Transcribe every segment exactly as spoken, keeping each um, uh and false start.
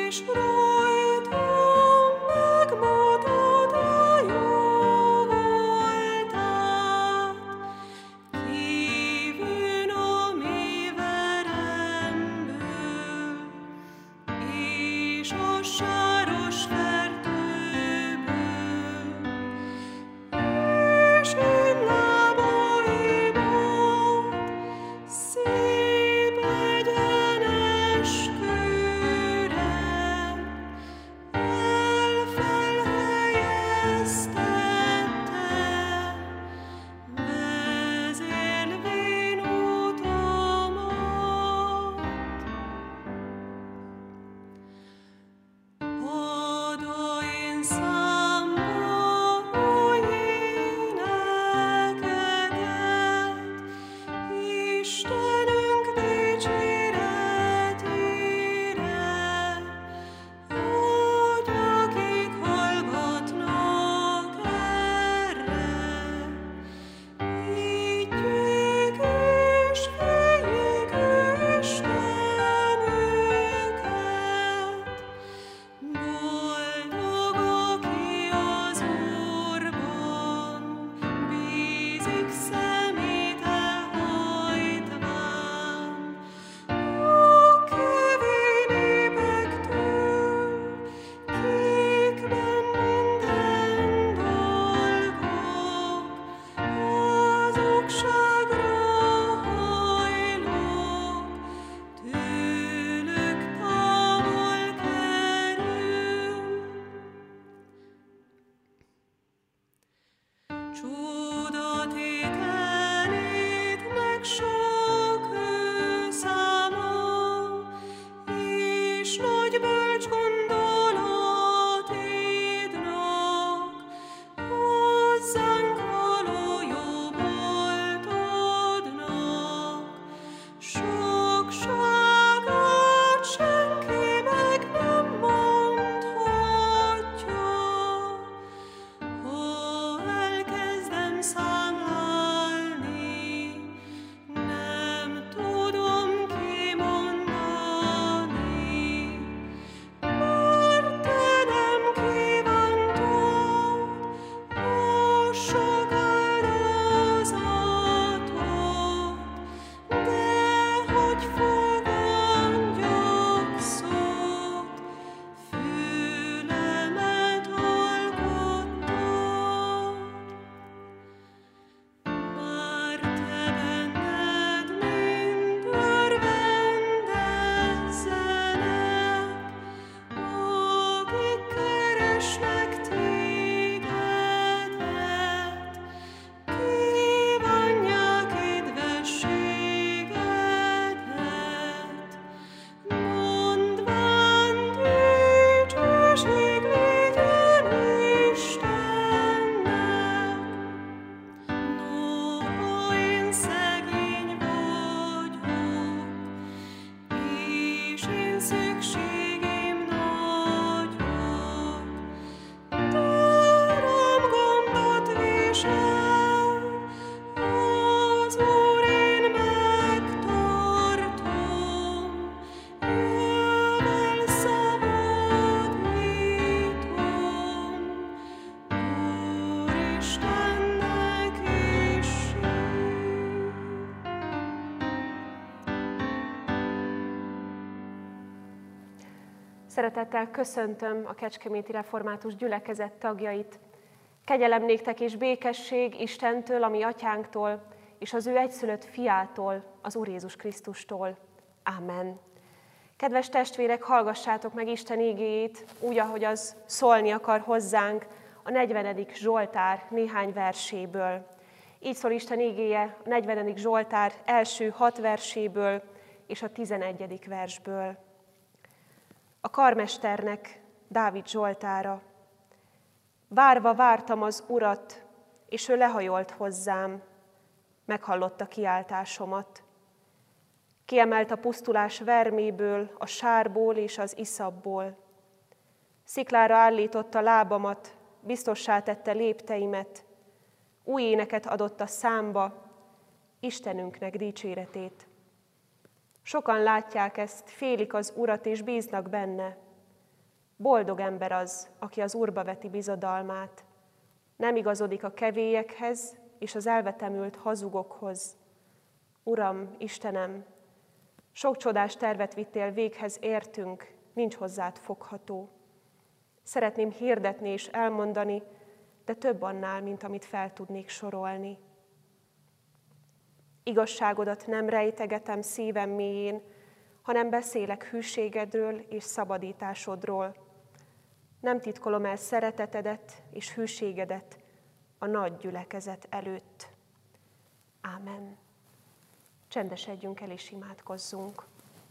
Szeretettel köszöntöm a Kecskeméti Református Gyülekezet tagjait. Kegyelem néktek és békesség Istentől, a mi atyánktól, és az ő egyszülött fiától, az Úr Jézus Krisztustól. Amen. Kedves testvérek, hallgassátok meg Isten igéjét, úgy, ahogy az szólni akar hozzánk a negyvenedik Zsoltár néhány verséből. Így szól Isten igéje a negyvenedik Zsoltár első hat verséből és a tizenegyedik versből. A karmesternek, Dávid Zsoltára. Várva vártam az Urat, és ő lehajolt hozzám, meghallotta kiáltásomat. Kiemelt a pusztulás verméből, a sárból és az iszapból. Sziklára állította lábamat, biztossá tette lépteimet, új éneket adott a számba, Istenünknek dicséretét. Sokan látják ezt, félik az Urat és bíznak benne. Boldog ember az, aki az Úrba veti bizodalmát. Nem igazodik a kevélyekhez és az elvetemült hazugokhoz. Uram, Istenem, sok csodás tervet vittél véghez értünk, nincs hozzád fogható. Szeretném hirdetni és elmondani, de több annál, mint amit fel tudnék sorolni. Igazságodat nem rejtegetem szívem mélyén, hanem beszélek hűségedről és szabadításodról. Nem titkolom el szeretetedet és hűségedet a nagy gyülekezet előtt. Ámen. Csendesedjünk el és imádkozzunk.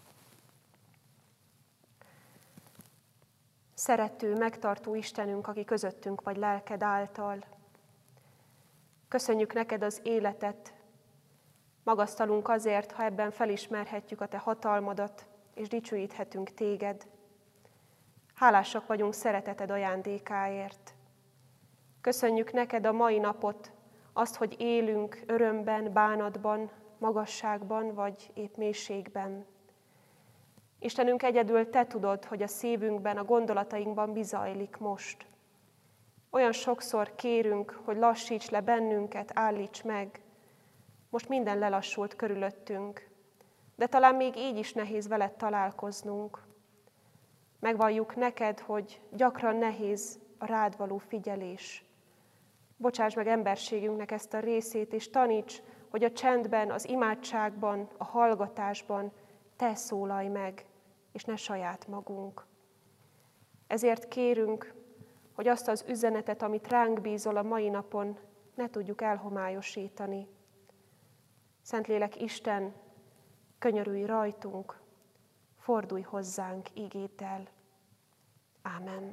Szerető, megtartó Istenünk, aki közöttünk vagy lelked által. Köszönjük neked az életet, magasztalunk azért, ha ebben felismerhetjük a te hatalmadat, és dicsőíthetünk téged. Hálásak vagyunk szereteted ajándékáért. Köszönjük neked a mai napot, azt, hogy élünk örömben, bánatban, magasságban vagy épp mélységben. Istenünk, egyedül te tudod, hogy a szívünkben, a gondolatainkban mi zajlik most. Olyan sokszor kérünk, hogy lassíts le bennünket, állíts meg. Most minden lelassult körülöttünk, de talán még így is nehéz veled találkoznunk. Megvalljuk neked, hogy gyakran nehéz a rád való figyelés. Bocsáss meg emberségünknek ezt a részét, és taníts, hogy a csendben, az imádságban, a hallgatásban te szólalj meg, és ne saját magunk. Ezért kérünk, hogy azt az üzenetet, amit ránk bízol a mai napon, ne tudjuk elhomályosítani. Szentlélek Isten, könyörülj rajtunk, fordulj hozzánk ígéddel. Ámen.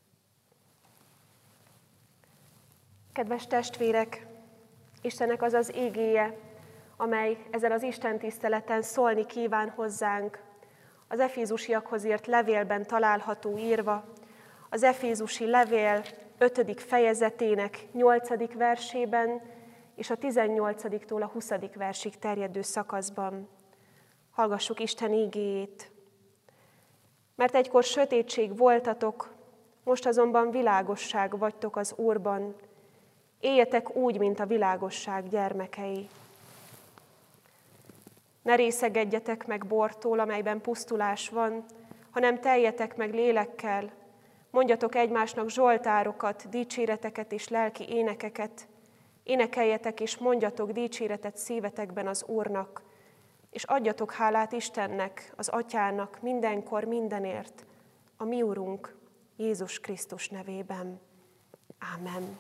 Kedves testvérek, Istennek az az ígéje, amely ezen az Isten tiszteleten szólni kíván hozzánk, az efézusiakhoz írt levélben található írva, az efézusi levél ötödik fejezetének nyolcadik versében, és a tizennyolcadiktól a huszadik versig terjedő szakaszban. Hallgassuk Isten ígéjét. Mert egykor sötétség voltatok, most azonban világosság vagytok az Úrban. Éljetek úgy, mint a világosság gyermekei. Ne részegedjetek meg bortól, amelyben pusztulás van, hanem teljetek meg lélekkel. Mondjatok egymásnak zsoltárokat, dicséreteket és lelki énekeket. Énekeljetek és mondjatok dicséretet szívetekben az Úrnak, és adjatok hálát Istennek, az Atyának mindenkor mindenért, a mi Urunk, Jézus Krisztus nevében. Ámen.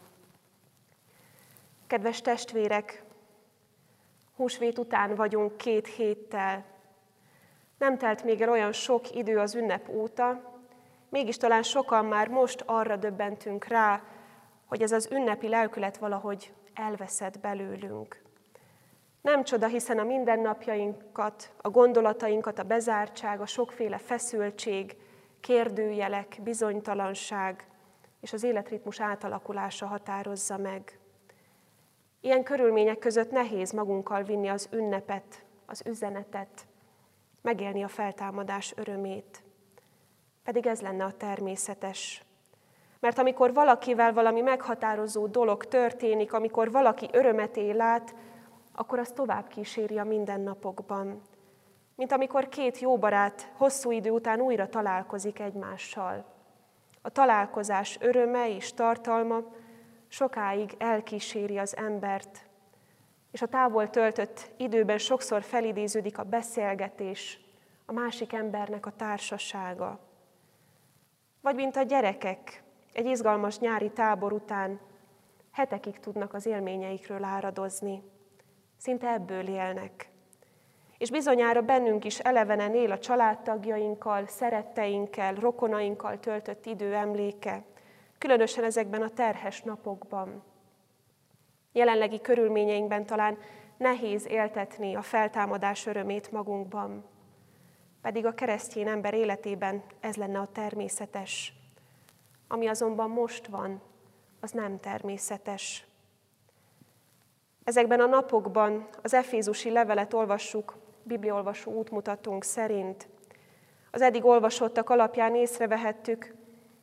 Kedves testvérek, húsvét után vagyunk két héttel. Nem telt még el olyan sok idő az ünnep óta, mégis talán sokan már most arra döbbentünk rá, hogy ez az ünnepi lelkület valahogy elveszett belőlünk. Nem csoda, hiszen a mindennapjainkat, a gondolatainkat, a bezártság, a sokféle feszültség, kérdőjelek, bizonytalanság és az életritmus átalakulása határozza meg. Ilyen körülmények között nehéz magunkkal vinni az ünnepet, az üzenetet, megélni a feltámadás örömét. Pedig ez lenne a természetes. Mert amikor valakivel valami meghatározó dolog történik, amikor valaki örömet él át, akkor az tovább kíséri a mindennapokban. Mint amikor két jó barát hosszú idő után újra találkozik egymással. A találkozás öröme és tartalma sokáig elkíséri az embert, és a távol töltött időben sokszor felidéződik a beszélgetés, a másik embernek a társasága. Vagy mint a gyerekek egy izgalmas nyári tábor után hetekig tudnak az élményeikről áradozni. Szinte ebből élnek. És bizonyára bennünk is elevenen él a családtagjainkkal, szeretteinkkel, rokonainkkal töltött idő emléke, különösen ezekben a terhes napokban. Jelenlegi körülményeinkben talán nehéz éltetni a feltámadás örömét magunkban. Pedig a keresztény ember életében ez lenne a természetes. Ami azonban most van, az nem természetes. Ezekben a napokban az efézusi levelet olvassuk, bibliaolvasó útmutatónk szerint. Az eddig olvasottak alapján észrevehettük,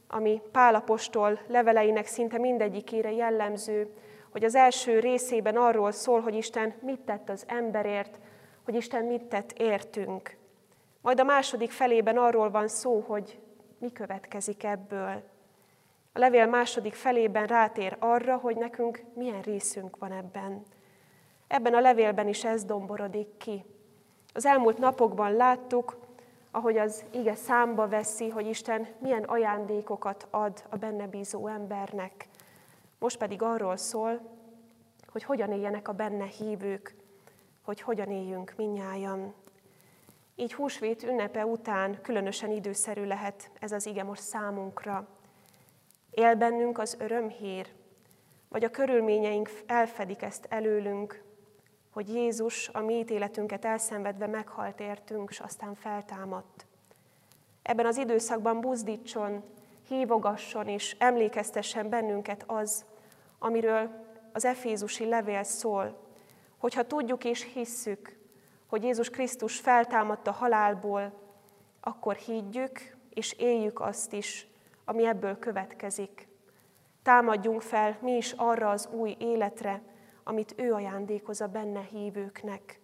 ami Pál apostol leveleinek szinte mindegyikére jellemző, hogy az első részében arról szól, hogy Isten mit tett az emberért, hogy Isten mit tett értünk. Majd a második felében arról van szó, hogy mi következik ebből. A levél második felében rátér arra, hogy nekünk milyen részünk van ebben. Ebben a levélben is ez domborodik ki. Az elmúlt napokban láttuk, ahogy az ige számba veszi, hogy Isten milyen ajándékokat ad a benne bízó embernek. Most pedig arról szól, hogy hogyan éljenek a benne hívők, hogy hogyan éljünk mindnyájan. Így húsvét ünnepe után különösen időszerű lehet ez az ige most számunkra. Él bennünk az örömhír, vagy a körülményeink elfedik ezt előlünk, hogy Jézus a mi ítéletünket elszenvedve meghalt értünk, és aztán feltámadt. Ebben az időszakban buzdítson, hívogasson és emlékeztessen bennünket az, amiről az efézusi levél szól, hogyha tudjuk és hisszük, hogy Jézus Krisztus feltámadt a halálból, akkor higgyük és éljük azt is, ami ebből következik. Támadjunk fel mi is arra az új életre, amit ő ajándékoz a benne hívőknek.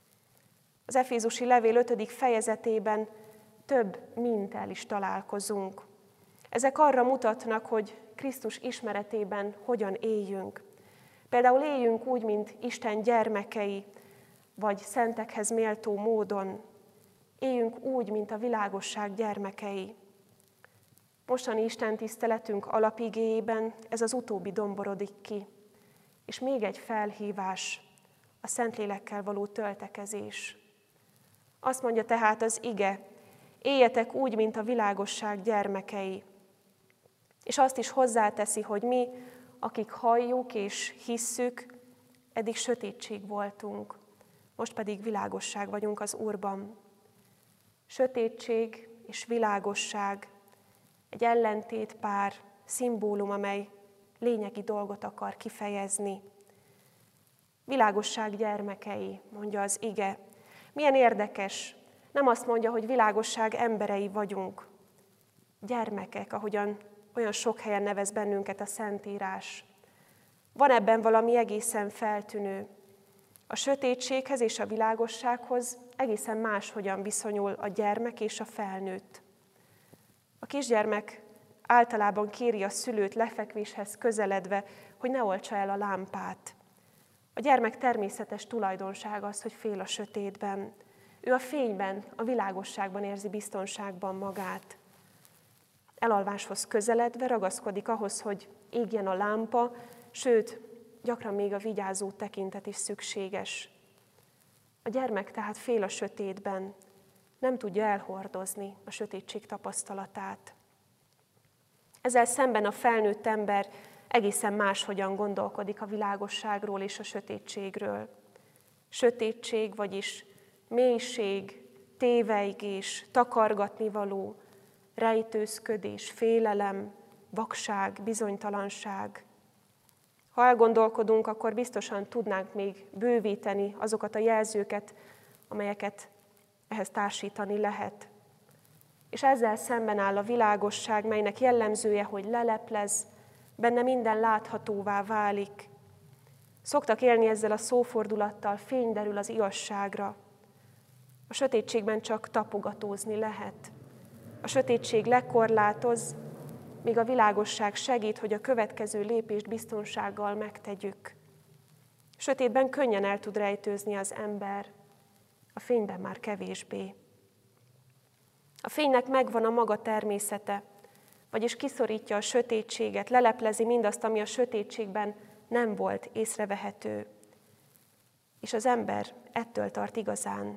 Az efézusi levél ötödik fejezetében több minttel is találkozunk. Ezek arra mutatnak, hogy Krisztus ismeretében hogyan éljünk. Például éljünk úgy, mint Isten gyermekei, vagy szentekhez méltó módon. Éljünk úgy, mint a világosság gyermekei. Mostani Isten tiszteletünk alapigéjében ez az utóbbi domborodik ki. És még egy felhívás, a Szentlélekkel való töltekezés. Azt mondja tehát az ige, éljetek úgy, mint a világosság gyermekei. És azt is hozzáteszi, hogy mi, akik halljuk és hisszük, eddig sötétség voltunk, most pedig világosság vagyunk az Úrban. Sötétség és világosság, egy ellentétpár, szimbólum, amely lényegi dolgot akar kifejezni. Világosság gyermekei, mondja az ige. Milyen érdekes, nem azt mondja, hogy világosság emberei vagyunk. Gyermekek, ahogyan olyan sok helyen nevez bennünket a Szentírás. Van ebben valami egészen feltűnő. A sötétséghez és a világossághoz egészen máshogyan viszonyul a gyermek és a felnőtt. A kisgyermek általában kéri a szülőt lefekvéshez közeledve, hogy ne oltsa el a lámpát. A gyermek természetes tulajdonsága az, hogy fél a sötétben. Ő a fényben, a világosságban érzi biztonságban magát. Elalváshoz közeledve ragaszkodik ahhoz, hogy égjen a lámpa, sőt, gyakran még a vigyázó tekintet is szükséges. A gyermek tehát fél a sötétben, nem tudja elhordozni a sötétség tapasztalatát. Ezzel szemben a felnőtt ember egészen máshogyan gondolkodik a világosságról és a sötétségről. Sötétség, vagyis mélység, téveigés, takargatnivaló, rejtőzködés, félelem, vakság, bizonytalanság. Ha elgondolkodunk, akkor biztosan tudnánk még bővíteni azokat a jelzőket, amelyeket ehhez társítani lehet. És ezzel szemben áll a világosság, melynek jellemzője, hogy leleplez, benne minden láthatóvá válik. Szoktak élni ezzel a szófordulattal, fény derül az igazságra. A sötétségben csak tapogatózni lehet. A sötétség lekorlátoz, míg a világosság segít, hogy a következő lépést biztonsággal megtegyük. A sötétben könnyen el tud rejtőzni az ember, a fényben már kevésbé. A fénynek megvan a maga természete, vagyis kiszorítja a sötétséget, leleplezi mindazt, ami a sötétségben nem volt észrevehető. És az ember ettől tart igazán.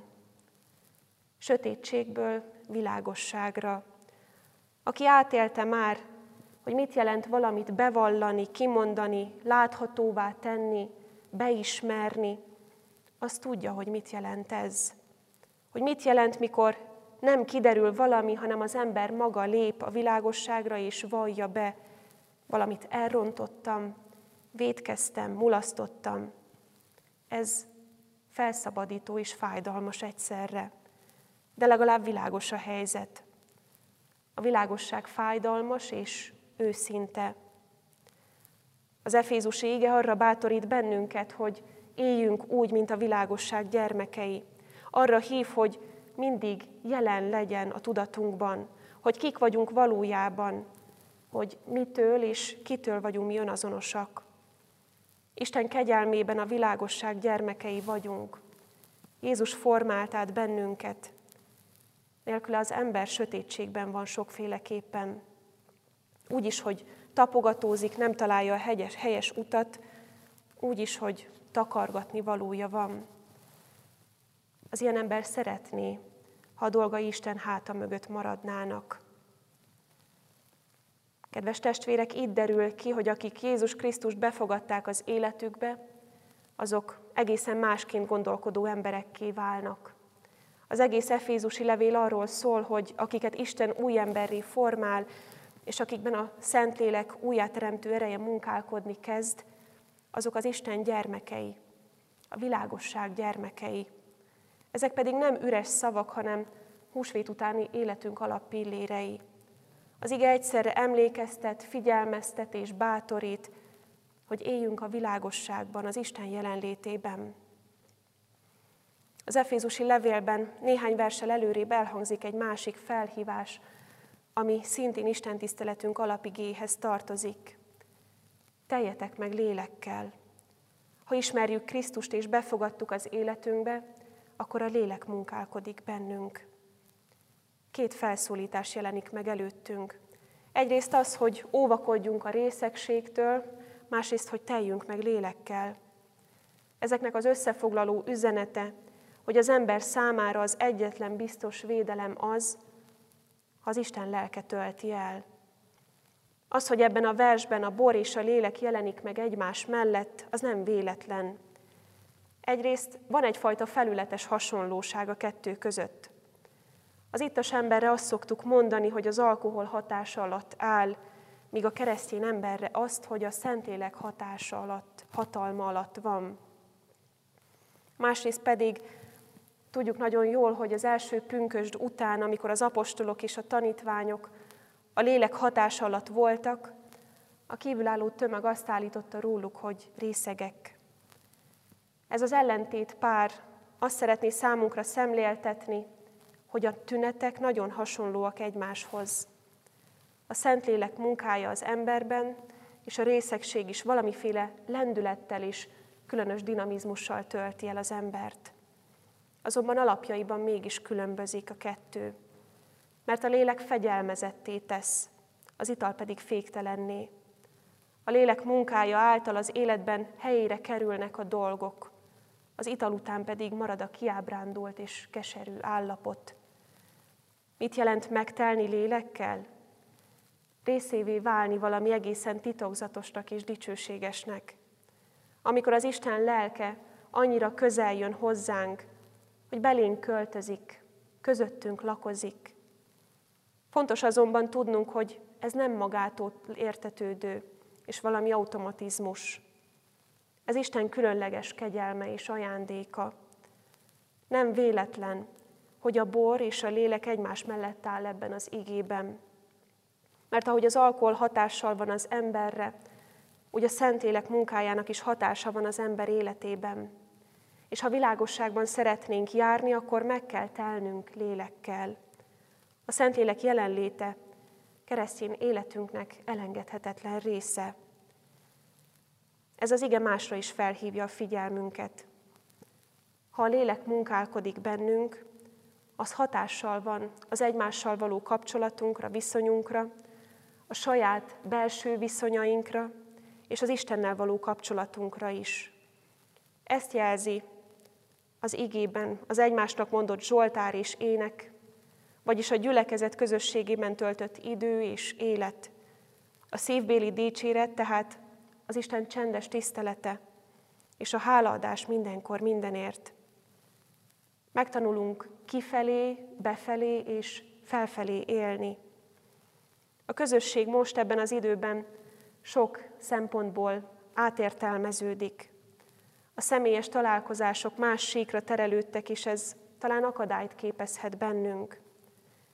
Sötétségből világosságra. Aki átélte már, hogy mit jelent valamit bevallani, kimondani, láthatóvá tenni, beismerni, az tudja, hogy mit jelent ez. Hogy mit jelent, mikor nem kiderül valami, hanem az ember maga lép a világosságra és vallja be, valamit elrontottam, vétkeztem, mulasztottam. Ez felszabadító és fájdalmas egyszerre, de legalább világos a helyzet. A világosság fájdalmas és őszinte. Az efézusi ige arra bátorít bennünket, hogy éljünk úgy, mint a világosság gyermekei. Arra hív, hogy mindig jelen legyen a tudatunkban, hogy kik vagyunk valójában, hogy mitől és kitől vagyunk mi önazonosak. Isten kegyelmében a világosság gyermekei vagyunk. Jézus formált át bennünket. Nélküle az ember sötétségben van sokféleképpen. Úgy is, hogy tapogatózik, nem találja a helyes, helyes utat, úgy is, hogy takargatni valója van. Az ilyen ember szeretné, ha a dolgai Isten háta mögött maradnának. Kedves testvérek, itt derül ki, hogy akik Jézus Krisztust befogadták az életükbe, azok egészen másként gondolkodó emberekké válnak. Az egész efézusi levél arról szól, hogy akiket Isten új emberré formál, és akikben a Szentlélek újjáteremtő ereje munkálkodni kezd, azok az Isten gyermekei, a világosság gyermekei. Ezek pedig nem üres szavak, hanem húsvét utáni életünk alappillérei. Az ige egyszerre emlékeztet, figyelmeztet és bátorít, hogy éljünk a világosságban, az Isten jelenlétében. Az efézusi levélben néhány verssel előrébb elhangzik egy másik felhívás, ami szintén istentiszteletünk alapigéhez tartozik. Teljetek meg lélekkel. Ha ismerjük Krisztust és befogadtuk az életünkbe, akkor a lélek munkálkodik bennünk. Két felszólítás jelenik meg előttünk. Egyrészt az, hogy óvakodjunk a részegségtől, másrészt, hogy teljünk meg lélekkel. Ezeknek az összefoglaló üzenete, hogy az ember számára az egyetlen biztos védelem az, ha az Isten lelke tölti el. Az, hogy ebben a versben a bor és a lélek jelenik meg egymás mellett, az nem véletlen. Egyrészt van egyfajta felületes hasonlóság a kettő között. Az ittas emberre azt szoktuk mondani, hogy az alkohol hatása alatt áll, míg a keresztény emberre azt, hogy a Szentlélek hatása alatt, hatalma alatt van. Másrészt pedig tudjuk nagyon jól, hogy az első pünkösd után, amikor az apostolok és a tanítványok a lélek hatása alatt voltak, a kívülálló tömeg azt állította róluk, hogy részegek. Ez az ellentét pár azt szeretné számunkra szemléltetni, hogy a tünetek nagyon hasonlóak egymáshoz. A Szentlélek munkája az emberben, és a részegség is valamiféle lendülettel és különös dinamizmussal tölti el az embert. Azonban alapjaiban mégis különbözik a kettő, mert a lélek fegyelmezetté tesz, az ital pedig féktelenné. A lélek munkája által az életben helyére kerülnek a dolgok, az ital után pedig marad a kiábrándult és keserű állapot. Mit jelent megtelni lélekkel? Részévé válni valami egészen titokzatosnak és dicsőségesnek. Amikor az Isten lelke annyira közel jön hozzánk, hogy belénk költözik, közöttünk lakozik. Fontos azonban tudnunk, hogy ez nem magától értetődő, és valami automatizmus. Ez Isten különleges kegyelme és ajándéka. Nem véletlen, hogy a bor és a lélek egymás mellett áll ebben az igében. Mert ahogy az alkohol hatással van az emberre, úgy a Szentlélek munkájának is hatása van az ember életében. És ha világosságban szeretnénk járni, akkor meg kell telnünk lélekkel. A Szentlélek jelenléte keresztény életünknek elengedhetetlen része. Ez az ige másra is felhívja a figyelmünket. Ha a lélek munkálkodik bennünk, az hatással van az egymással való kapcsolatunkra, viszonyunkra, a saját belső viszonyainkra, és az Istennel való kapcsolatunkra is. Ezt jelzi az igében az egymásnak mondott zsoltár és ének, vagyis a gyülekezet közösségében töltött idő és élet, a szívbéli dicséret, tehát az Isten csendes tisztelete, és a hálaadás mindenkor mindenért. Megtanulunk kifelé, befelé és felfelé élni. A közösség most ebben az időben sok szempontból átértelmeződik. A személyes találkozások más síkra terelődtek, és ez talán akadályt képezhet bennünk.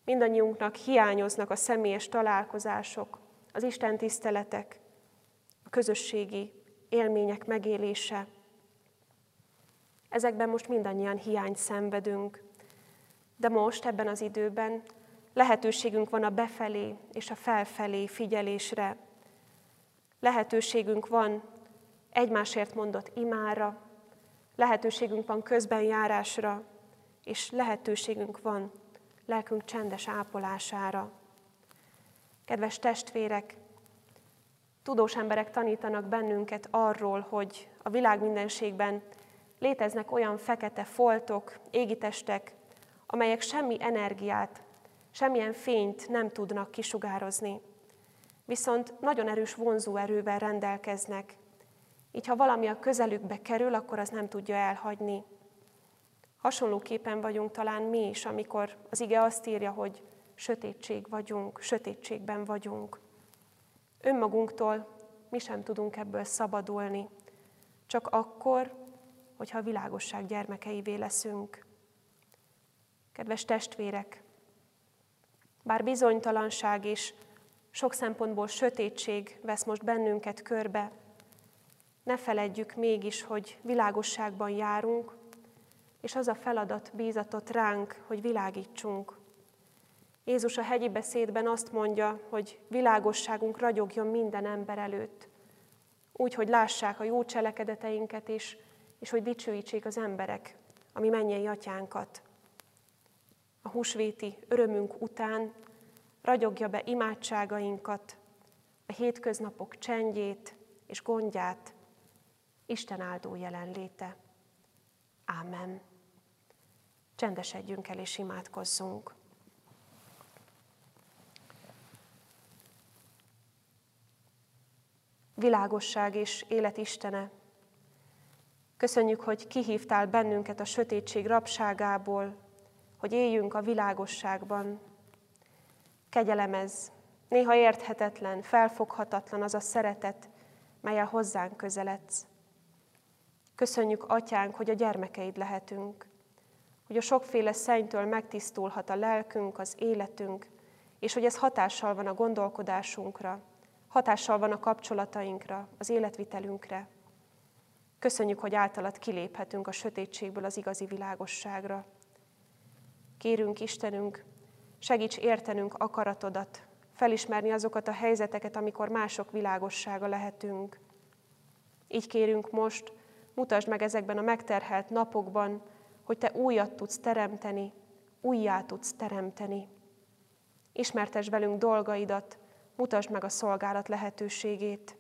Mindannyiunknak hiányoznak a személyes találkozások, az Isten tiszteletek, a közösségi élmények megélése. Ezekben most mindannyian hiányt szenvedünk, de most ebben az időben lehetőségünk van a befelé és a felfelé figyelésre. Lehetőségünk van egymásért mondott imára, lehetőségünk van közbenjárásra, és lehetőségünk van lelkünk csendes ápolására. Kedves testvérek, tudós emberek tanítanak bennünket arról, hogy a világ mindenségben léteznek olyan fekete foltok, égitestek, amelyek semmi energiát, semmilyen fényt nem tudnak kisugározni. Viszont nagyon erős vonzóerővel rendelkeznek. Így ha valami a közelükbe kerül, akkor az nem tudja elhagyni. Hasonlóképpen vagyunk talán mi is, amikor az ige azt írja, hogy sötétség vagyunk, sötétségben vagyunk. Önmagunktól mi sem tudunk ebből szabadulni, csak akkor, hogyha a világosság gyermekeivé leszünk. Kedves testvérek, bár bizonytalanság és sok szempontból sötétség vesz most bennünket körbe, ne feledjük mégis, hogy világosságban járunk, és az a feladat bízatott ránk, hogy világítsunk. Jézus a hegyi beszédben azt mondja, hogy világosságunk ragyogjon minden ember előtt, úgy, hogy lássák a jó cselekedeteinket is, és hogy dicsőítsék az emberek a mi mennyei atyánkat. A húsvéti örömünk után ragyogja be imádságainkat, a hétköznapok csendjét és gondját, Isten áldó jelenléte. Ámen. Csendesedjünk el és imádkozzunk. Világosság és élet Istene, köszönjük, hogy kihívtál bennünket a sötétség rabságából, hogy éljünk a világosságban. Kegyelem ez, néha érthetetlen, felfoghatatlan az a szeretet, mellyel hozzánk közeledsz. Köszönjük, Atyánk, hogy a gyermekeid lehetünk, hogy a sokféle szennytől megtisztulhat a lelkünk, az életünk, és hogy ez hatással van a gondolkodásunkra, hatással van a kapcsolatainkra, az életvitelünkre. Köszönjük, hogy általad kiléphetünk a sötétségből az igazi világosságra. Kérünk, Istenünk, segíts értenünk akaratodat, felismerni azokat a helyzeteket, amikor mások világossága lehetünk. Így kérünk most, mutasd meg ezekben a megterhelt napokban, hogy te újat tudsz teremteni, újjá tudsz teremteni. Ismertesd velünk dolgaidat, mutasd meg a szolgálat lehetőségét.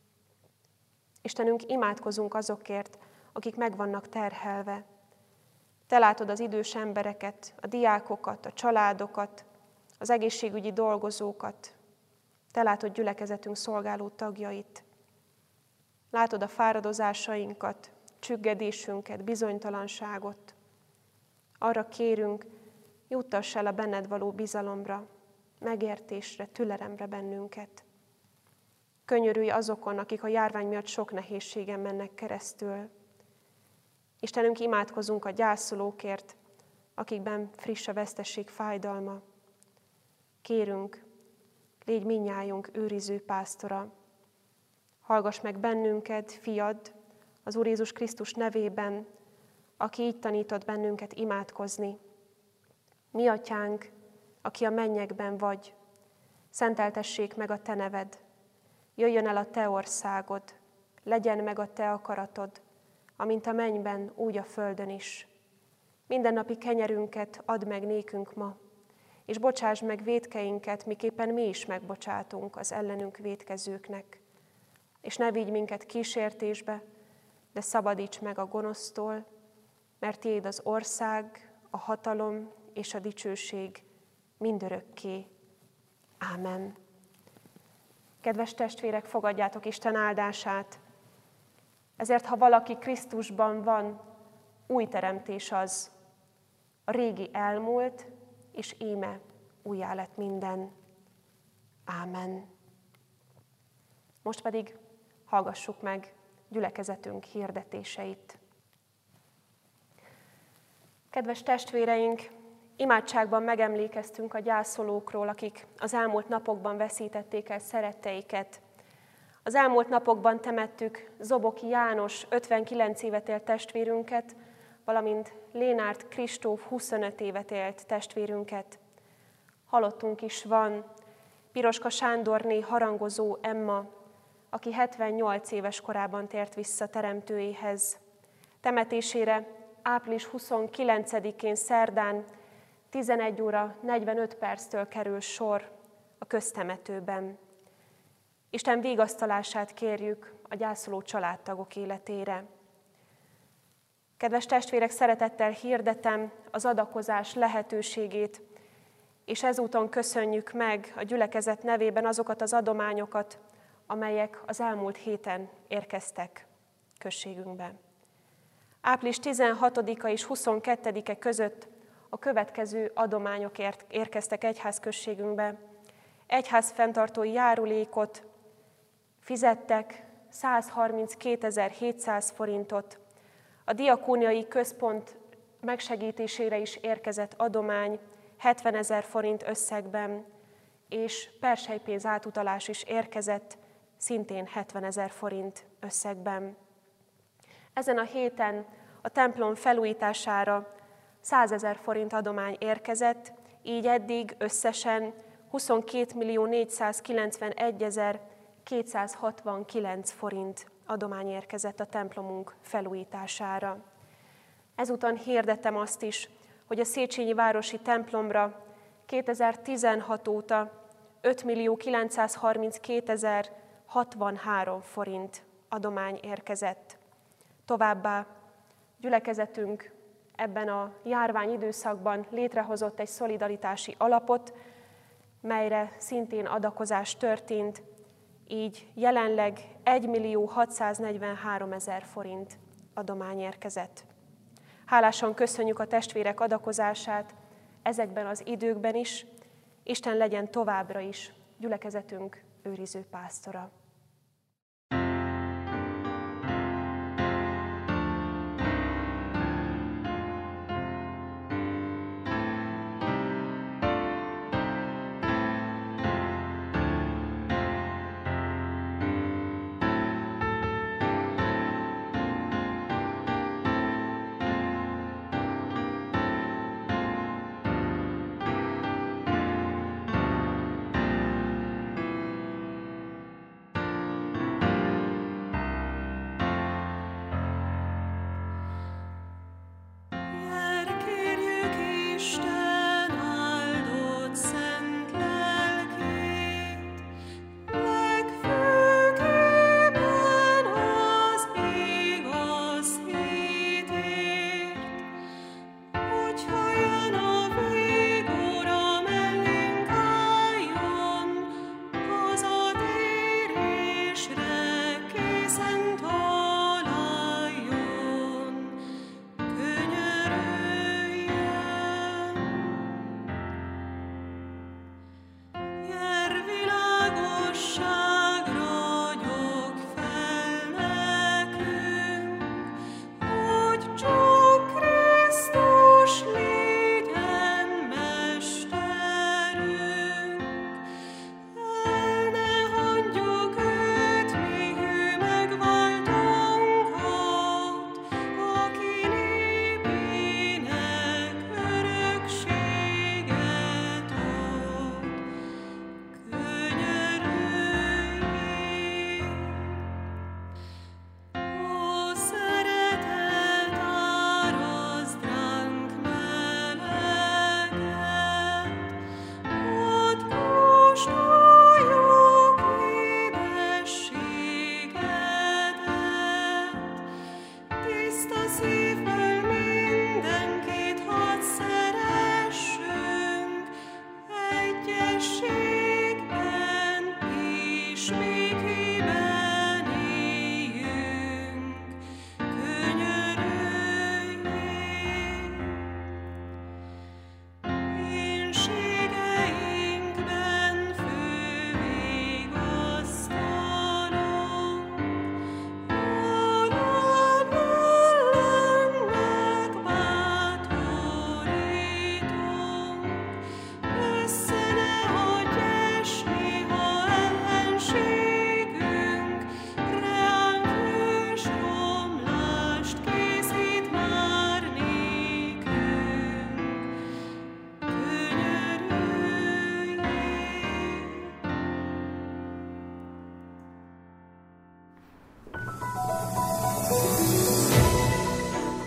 Istenünk, imádkozunk azokért, akik meg vannak terhelve. Te látod az idős embereket, a diákokat, a családokat, az egészségügyi dolgozókat. Te látod gyülekezetünk szolgáló tagjait. Látod a fáradozásainkat, csüggedésünket, bizonytalanságot. Arra kérünk, juttass el a benned való bizalomra, megértésre, türelemre bennünket. Könyörülj azokon, akik a járvány miatt sok nehézségen mennek keresztül. Istenünk, imádkozunk a gyászolókért, akikben friss a vesztesség fájdalma. Kérünk, légy mindnyájunk őriző pásztora. Hallgass meg bennünket, fiad, az Úr Jézus Krisztus nevében, aki így tanított bennünket imádkozni. Mi atyánk, aki a mennyekben vagy, szenteltessék meg a te neved, jöjjön el a te országod, legyen meg a te akaratod, amint a mennyben, úgy a földön is. Mindennapi kenyerünket add meg nékünk ma, és bocsásd meg vétkeinket, miképpen mi is megbocsátunk az ellenünk vétkezőknek. És ne vigy minket kísértésbe, de szabadíts meg a gonosztól, mert tiéd az ország, a hatalom és a dicsőség mindörökké. Ámen. Kedves testvérek, fogadjátok Isten áldását. Ezért, ha valaki Krisztusban van, új teremtés az. A régi elmúlt, és íme újjá lett minden. Ámen. Most pedig hallgassuk meg gyülekezetünk hirdetéseit. Kedves testvéreink, Imádságban megemlékeztünk a gyászolókról, akik az elmúlt napokban veszítették el szeretteiket. Az elmúlt napokban temettük Zoboki János ötvenkilenc évet élt testvérünket, valamint Lénárt Kristóf huszonöt évet élt testvérünket. Halottunk is van, Piroska Sándorné harangozó Emma, aki hetvennyolc éves korában tért vissza teremtőjéhez. Temetésére április huszonkilencedikén szerdán tizenegy óra negyvenöt perctől kerül sor a köztemetőben. Isten vigasztalását kérjük a gyászoló családtagok életére. Kedves testvérek, szeretettel hirdetem az adakozás lehetőségét, és ezúton köszönjük meg a gyülekezet nevében azokat az adományokat, amelyek az elmúlt héten érkeztek községünkbe. április tizenhatodika és huszonkettedike között a következő adományok érkeztek egyházközségünkbe. Egyház fenntartói járulékot fizettek százharminckétezer-hétszáz forintot, a diakóniai központ megsegítésére is érkezett adomány hetvenezer forint összegben, és perselypénz átutalás is érkezett, szintén hetvenezer forint összegben. Ezen a héten a templom felújítására százezer forint adomány érkezett, így eddig összesen huszonkétmillió négyszázkilencvenegyezer-kétszázhatvankilenc forint adomány érkezett a templomunk felújítására. Ezúton hirdetem azt is, hogy a Széchenyi városi templomra kétezer-tizenhat óta ötmillió kilencszázharminckétezer-hatvanhárom forint adomány érkezett. Továbbá gyülekezetünk ebben a járvány időszakban létrehozott egy szolidaritási alapot, melyre szintén adakozás történt, így jelenleg egymillió hatszáznegyvenháromezer forint adomány érkezett. Hálásan köszönjük a testvérek adakozását ezekben az időkben is. Isten legyen továbbra is gyülekezetünk őriző pásztora.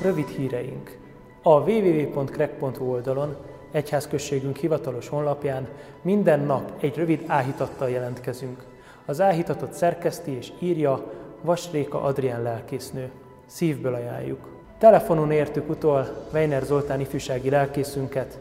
rövid híreink. A double-u double-u double-u pont krek pont hu oldalon, egyházközségünk hivatalos honlapján minden nap egy rövid áhítattal jelentkezünk. Az áhítatot szerkeszti és írja Vas Réka Adrián lelkésznő. Szívből ajánljuk. Telefonon értük utol Weiner Zoltán ifjúsági lelkészünket.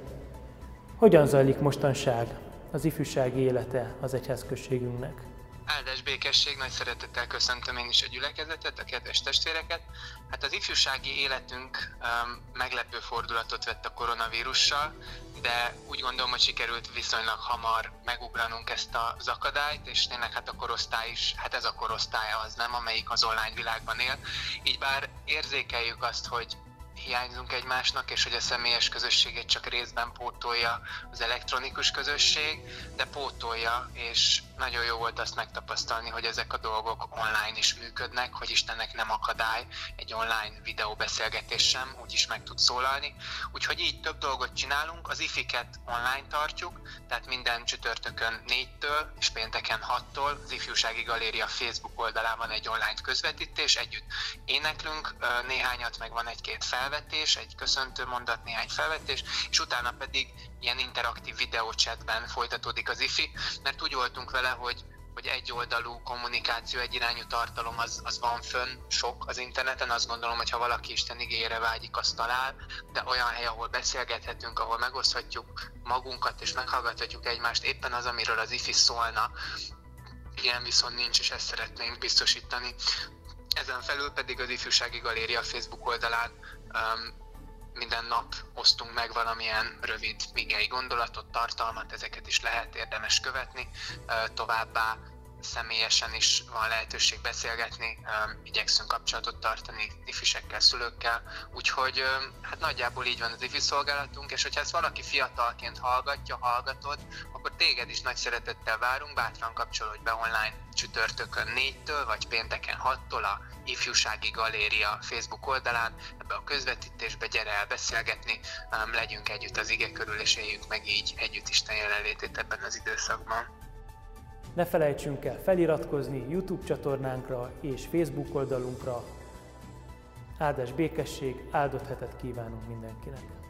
Hogyan zajlik mostanság az ifjúsági élete az egyházközségünknek? Áldás békesség, nagy szeretettel köszöntöm én is a gyülekezetet, a kedves testvéreket. Hát az ifjúsági életünk um, meglepő fordulatot vett a koronavírussal, de úgy gondolom, hogy sikerült viszonylag hamar megugranunk ezt az akadályt, és tényleg hát a korosztály is, hát ez a korosztály az nem, amelyik az online világban él. Így bár érzékeljük azt, hogy hiányzunk egymásnak, és hogy a személyes közösséget csak részben pótolja az elektronikus közösség, de pótolja, és nagyon jó volt azt megtapasztalni, hogy ezek a dolgok online is működnek, hogy Istennek nem akadály egy online videóbeszélgetés sem, úgyis meg tud szólalni. Úgyhogy így több dolgot csinálunk, az ifiket online tartjuk, tehát minden csütörtökön négytől és pénteken hattól az Ifjúsági Galéria Facebook oldalán van egy online közvetítés, együtt éneklünk néhányat, meg van egy-két felvetés, egy köszöntő mondat, néhány felvetés, és utána pedig ilyen interaktív videóchatben folytatódik az ifi, mert úgy voltunk vele, hogy, hogy egyoldalú kommunikáció, egyirányú tartalom az, az van fönn sok az interneten, azt gondolom, hogy ha valaki Isten igéjére vágyik, azt talál, de olyan hely, ahol beszélgethetünk, ahol megoszthatjuk magunkat és meghallgathatjuk egymást, éppen az, amiről az ifi szólna, ilyen viszont nincs, és ezt szeretnénk biztosítani. Ezen felül pedig az Ifjúsági Galéria Facebook oldalán um, minden nap osztunk meg valamilyen rövid igei gondolatot, tartalmat, ezeket is lehet érdemes követni. Továbbá személyesen is van lehetőség beszélgetni, igyekszünk kapcsolatot tartani ifisekkel, szülőkkel, úgyhogy hát nagyjából így van az ifi szolgálatunk, és hogyha ezt valaki fiatalként hallgatja, hallgatod, akkor téged is nagy szeretettel várunk, bátran kapcsolódj be online csütörtökön négytől, vagy pénteken hattól a Ifjúsági Galéria Facebook oldalán, ebbe a közvetítésbe gyere el beszélgetni, legyünk együtt az ige körül, és éljük meg így együtt Isten jelenlétét ebben az időszakban. Ne felejtsünk el feliratkozni YouTube csatornánkra és Facebook oldalunkra. Áldás békesség, áldott hetet kívánunk mindenkinek!